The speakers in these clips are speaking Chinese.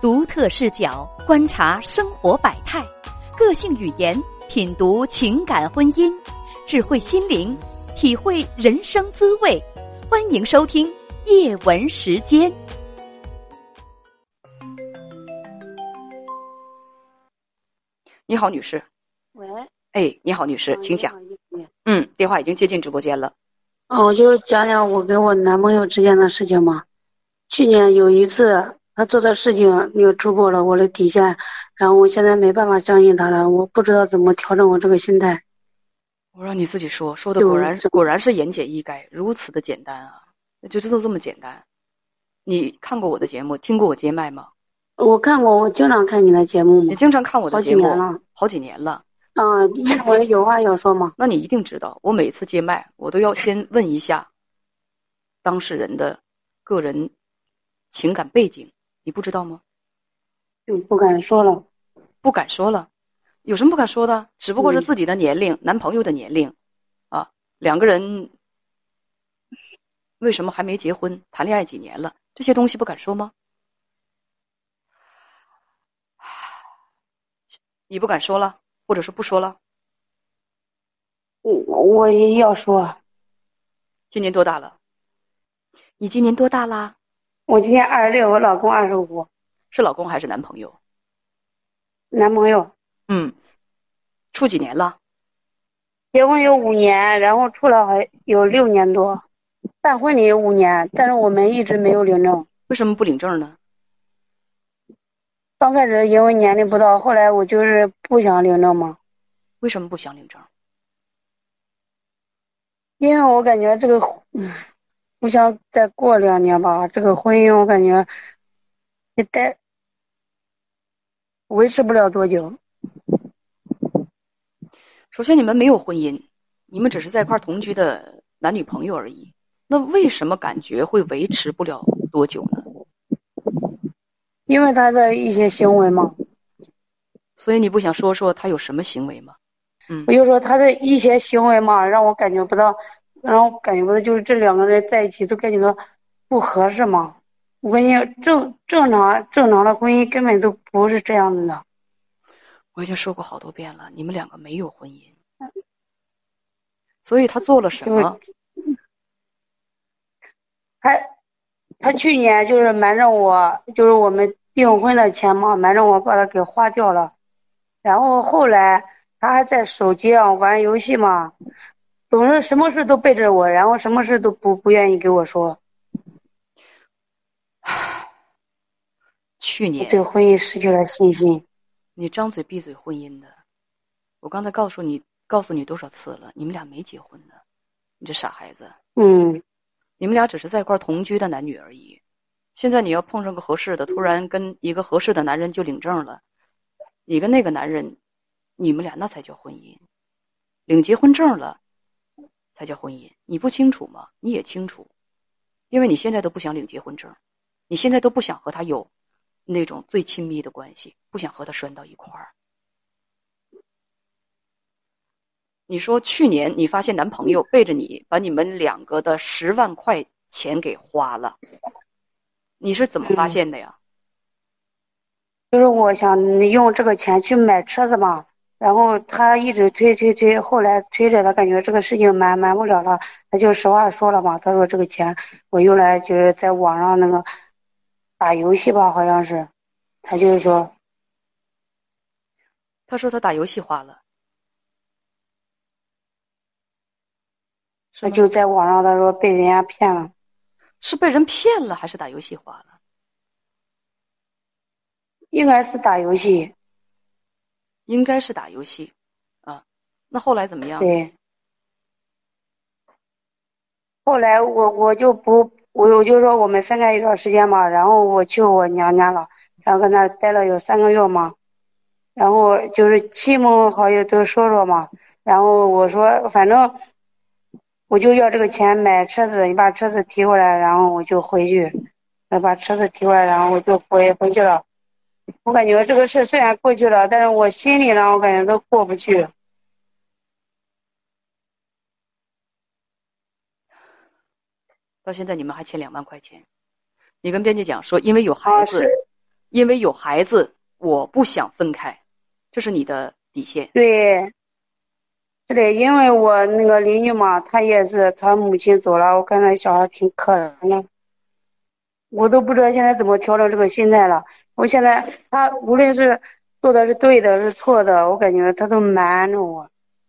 独特视角观察生活百态，个性语言品读情感婚姻，智慧心灵体会人生滋味。欢迎收听叶文时间。 你好，女士。 喂。 哎，你好，女士，请讲。电话已经接进直播间了。 我就讲讲我跟我男朋友之间的事情嘛。去年有一次他做的事情那个突破了我的底线，然后我现在没办法相信他了，我不知道怎么调整我这个心态。 我让你自己说的果然是言简意赅，如此的简单啊，就知道这么简单。你看过我的节目，听过我接麦吗？ 我看过，我经常看你的节目嘛。 你经常看我的节目？好几年了。 因为我有话要说嘛。 那你一定知道，我每次接麦，我都要先问一下当事人的个人情感背景，你不知道吗？ 不敢说了。 不敢说了？有什么不敢说的？只不过是自己的年龄，男朋友的年龄啊，两个人为什么还没结婚，谈恋爱几年了，这些东西不敢说吗？你不敢说了，或者是不说了？ 我也要说。 今年多大了？你今年多大啦？ 我今年26，我老公25。 是老公还是男朋友？ 男朋友。 处几年了？ 结婚有5年，然后处了还有6年多，办婚礼有5年，但是我们一直没有领证。 为什么不领证呢？ 刚开始因为年龄不到，后来我就是不想领证嘛。 为什么不想领证？ 因为我感觉这个，我想再过2年吧，这个婚姻我感觉也维持不了多久。 首先你们没有婚姻，你们只是在一块同居的男女朋友而已，那为什么感觉会维持不了多久呢？ 因为他的一些行为嘛。 所以你不想说说他有什么行为吗？ 我就说他的一些行为嘛，让我感觉不到就是这两个人在一起都感觉到不合适嘛。我感觉正常的婚姻根本都不是这样子的。 我已经说过好多遍了，你们两个没有婚姻。所以他做了什么？ 他去年就是瞒着我，就是我们订婚的钱嘛，瞒着我把他给花掉了。然后后来他还在手机上玩游戏嘛，总是什么事都背着我，然后什么事都不愿意给我说。 去年对婚姻失去了信心。 你张嘴闭嘴婚姻的，我刚才告诉你多少次了，你们俩没结婚呢，你这傻孩子。你们俩只是在一块同居的男女而已。现在你要碰上个合适的，突然跟一个合适的男人就领证了，你跟那个男人，你们俩那才叫婚姻。领结婚证了才叫婚姻，你不清楚吗？你也清楚，因为你现在都不想领结婚证，你现在都不想和他有那种最亲密的关系，不想和他拴到一块儿。你说去年你发现男朋友背着你把你们两个的10万块钱给花了，你是怎么发现的呀？ 就是我想用这个钱去买车子嘛，然后他一直推，后来推着他感觉这个事情瞒不了了，他就实话说了嘛。他说这个钱我用来就是在网上那个打游戏吧，好像是，他就是说， 他说他打游戏花了。 他就在网上他说被人家骗了。 是被人骗了还是打游戏花了？ 应该是打游戏。 应该是打游戏啊。那后来怎么样？ 对，后来我就说我们分开一段时间嘛，然后我去我娘家了，然后跟他待了有3个月嘛，然后就是亲朋好友都说嘛，然后我说反正我就要这个钱买车子，你把车子提回来，然后我就回去，把车子提回来，然后我就回去了。我感觉这个事虽然过去了，但是我心里呢，我感觉都过不去。 到现在你们还欠2万块钱，你跟编辑讲说因为有孩子， 因为有孩子，我不想分开，这是你的底线。 对，对，因为我那个邻居嘛，他也是他母亲走了，我看那小孩挺可怜的，我都不知道现在怎么调整这个心态了。我现在他无论是做的是对的是错的，我感觉他都瞒着我，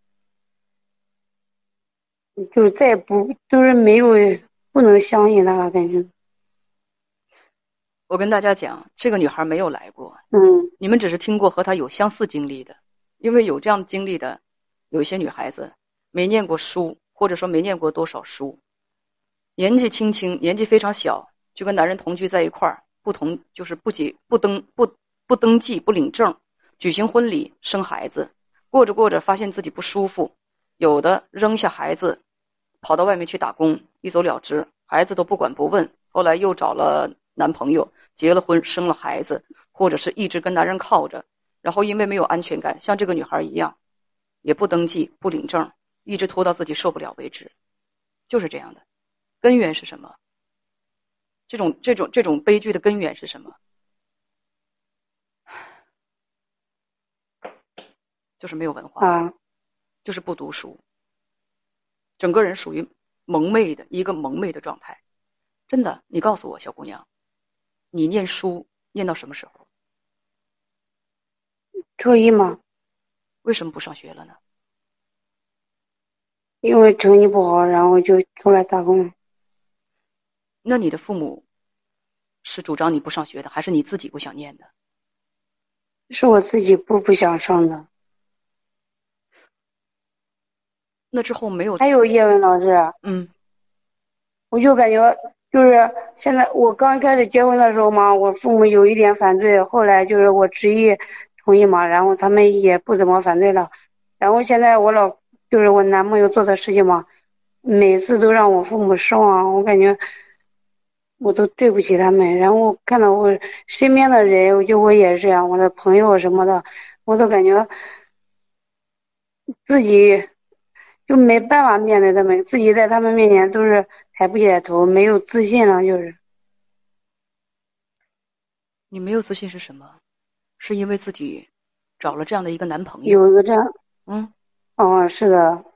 就是再也不就是没有不能相信他了，感觉。 我跟大家讲，这个女孩没有来过，你们只是听过和她有相似经历的，因为有这样经历的，有一些女孩子没念过书，或者说没念过多少书，年纪轻轻，年纪非常小，就跟男人同居在一块儿，就是不登记不领证，举行婚礼生孩子，过着过着发现自己不舒服，有的扔下孩子，跑到外面去打工，一走了之，孩子都不管不问，后来又找了男朋友，结了婚，生了孩子，或者是一直跟男人靠着，然后因为没有安全感，像这个女孩一样，也不登记不领证，一直拖到自己受不了为止，就是这样的。根源是什么？这种悲剧的根源是什么？就是没有文化，就是不读书，整个人属于一个蒙昧的状态。真的，你告诉我，小姑娘，你念书念到什么时候？ 初一嘛。 为什么不上学了呢？ 因为成绩不好，然后就出来打工。 那你的父母是主张你不上学的，还是你自己不想念的？ 是我自己不想上的。 那之后没有？ 还有叶文老师，我就感觉就是现在我刚开始结婚的时候嘛，我父母有一点反对，后来就是我执意同意嘛，然后他们也不怎么反对了。然后现在就是我男朋友做的事情嘛，每次都让我父母失望，我感觉我都对不起他们。然后看到我身边的人，我也是这样，我的朋友什么的，我都感觉自己就没办法面对他们，自己在他们面前都是抬不起来头，没有自信了。就是你没有自信是什么？是因为自己找了这样的一个男朋友？ 有一个这样，是的，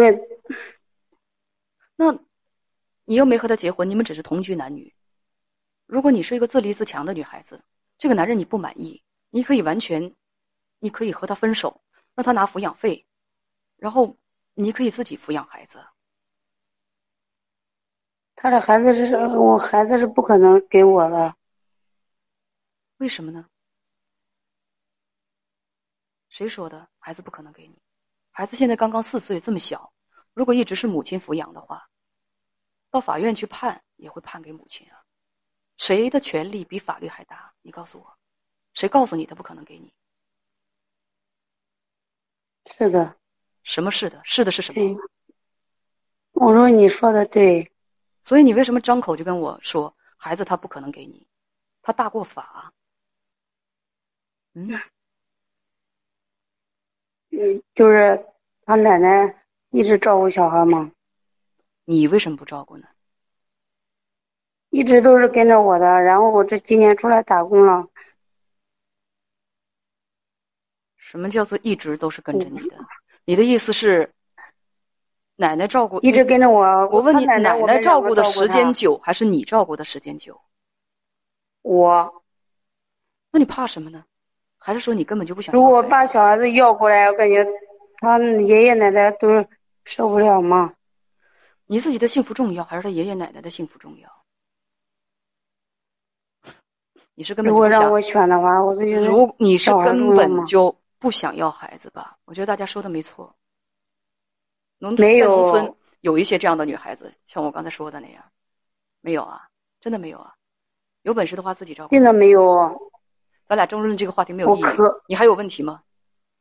那你又没和他结婚，你们只是同居男女。如果你是一个自立自强的女孩子，这个男人你不满意，你可以和他分手，让他拿抚养费，然后你可以自己抚养孩子。 他的孩子我孩子是不可能给我的。 为什么呢？谁说的？孩子不可能给你？孩子现在刚刚4岁，这么小，如果一直是母亲抚养的话，到法院去判也会判给母亲啊。谁的权利比法律还大？你告诉我，谁告诉你他不可能给你？ 是的。 什么是的？是的是什么？ 我说你说的对。 所以你为什么张口就跟我说孩子他不可能给你？他大过法。 就是他奶奶一直照顾小孩嘛。 你为什么不照顾呢？ 一直都是跟着我的，然后我这今年出来打工了。 什么叫做一直都是跟着你的？你的意思是奶奶照顾一直跟着我？ 我问你，奶奶照顾的时间久还是你照顾的时间久？ 我。 那你怕什么呢？还是说你根本就不想？ 如果我把小孩子要过来，我感觉他爷爷奶奶都受不了嘛。 你自己的幸福重要，还是他爷爷奶奶的幸福重要？你是根本就不想。 如果让我选的话，我就觉得你是根本就不想要孩子吧？我觉得大家说的没错。在农村有一些这样的女孩子，像我刚才说的那样，没有啊，真的没有啊。有本事的话自己照顾。 真的没有。 咱俩争论这个话题没有意义。你还有问题吗？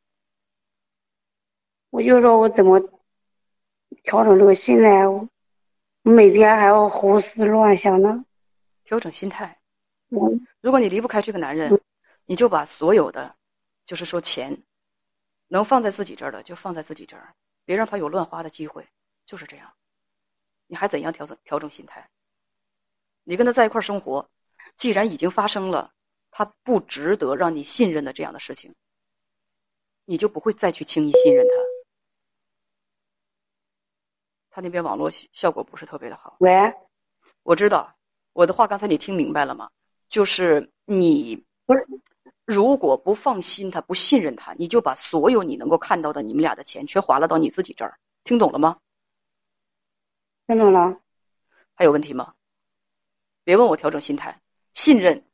我就说我怎么调整这个心态？我每天还要胡思乱想呢。 调整心态。如果你离不开这个男人，你就把所有的，就是说钱，能放在自己这儿的就放在自己这儿，别让他有乱花的机会，就是这样。你还怎样调整心态？你跟他在一块生活，既然已经发生了他不值得让你信任的这样的事情，你就不会再去轻易信任他。他那边网络效果不是特别的好。 喂， 我知道，我的话刚才你听明白了吗？就是你不是， 如果不放心他，不信任他，你就把所有你能够看到的你们俩的钱全划拉到你自己这儿，听懂了吗？ 听懂了。 还有问题吗？别问我调整心态，信任，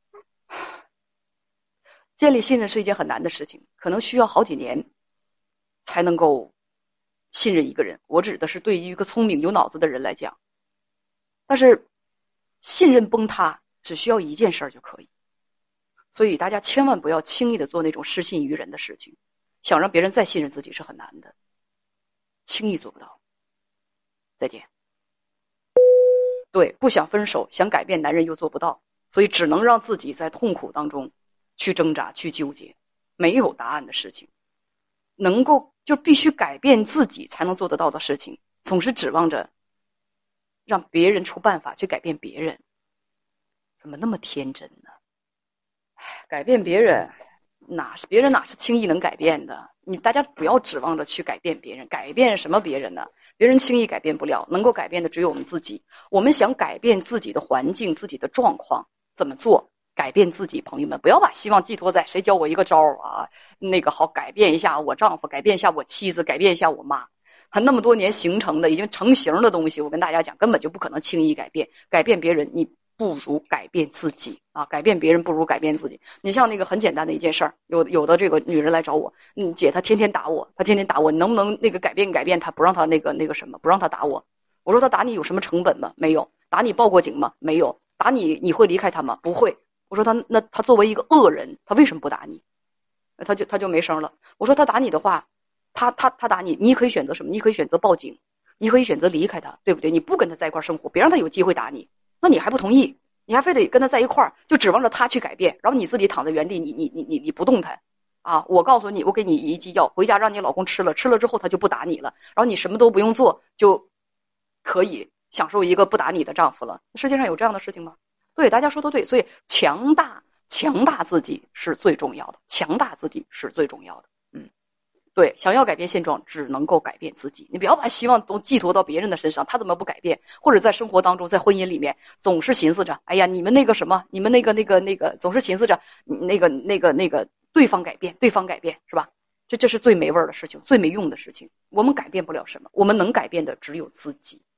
建立信任是一件很难的事情，可能需要好几年才能够信任一个人。我指的是对于一个聪明有脑子的人来讲，但是信任崩塌只需要一件事儿就可以。所以大家千万不要轻易的做那种失信于人的事情，想让别人再信任自己是很难的，轻易做不到。再见。对，不想分手，想改变男人又做不到，所以只能让自己在痛苦当中去挣扎，去纠结，没有答案的事情，能够就必须改变自己才能做得到的事情，总是指望着让别人出办法去改变别人，怎么那么天真呢？改变别人哪是轻易能改变的？大家不要指望着去改变别人，改变什么别人呢？别人轻易改变不了，能够改变的只有我们自己。我们想改变自己的环境、自己的状况，怎么做？改变自己，朋友们，不要把希望寄托在谁教我一个招啊，那个好改变一下我丈夫，改变一下我妻子，改变一下我妈。还那么多年形成的、已经成型的东西，我跟大家讲，根本就不可能轻易改变。改变别人，你不如改变自己啊！改变别人不如改变自己。你像那个很简单的一件事儿，有的这个女人来找我，姐她天天打我，你能不能那个改变她，不让她那个什么，不让她打我？我说她打你有什么成本吗？没有。打你报过警吗？没有。打你会离开她吗？不会。我说她作为一个恶人，她为什么不打你？她就没声了。我说她打你的话，她打你，你可以选择什么？你可以选择报警，你可以选择离开她，对不对？你不跟她在一块生活，别让她有机会打你。那你还不同意？你还非得跟他在一块儿，就指望着他去改变，然后你自己躺在原地，你不动弹啊！我告诉你，我给你一剂药，回家让你老公吃了，吃了之后他就不打你了，然后你什么都不用做，就可以享受一个不打你的丈夫了。世界上有这样的事情吗？对，大家说的对，所以强大自己是最重要的，强大自己是最重要的。对，想要改变现状，只能够改变自己。你不要把希望都寄托到别人的身上，他怎么不改变？或者在生活当中，在婚姻里面，总是寻思着，哎呀，你们那个什么，你们那个，总是寻思着那个对方改变，是吧？这是最没味儿的事情，最没用的事情。我们改变不了什么，我们能改变的只有自己。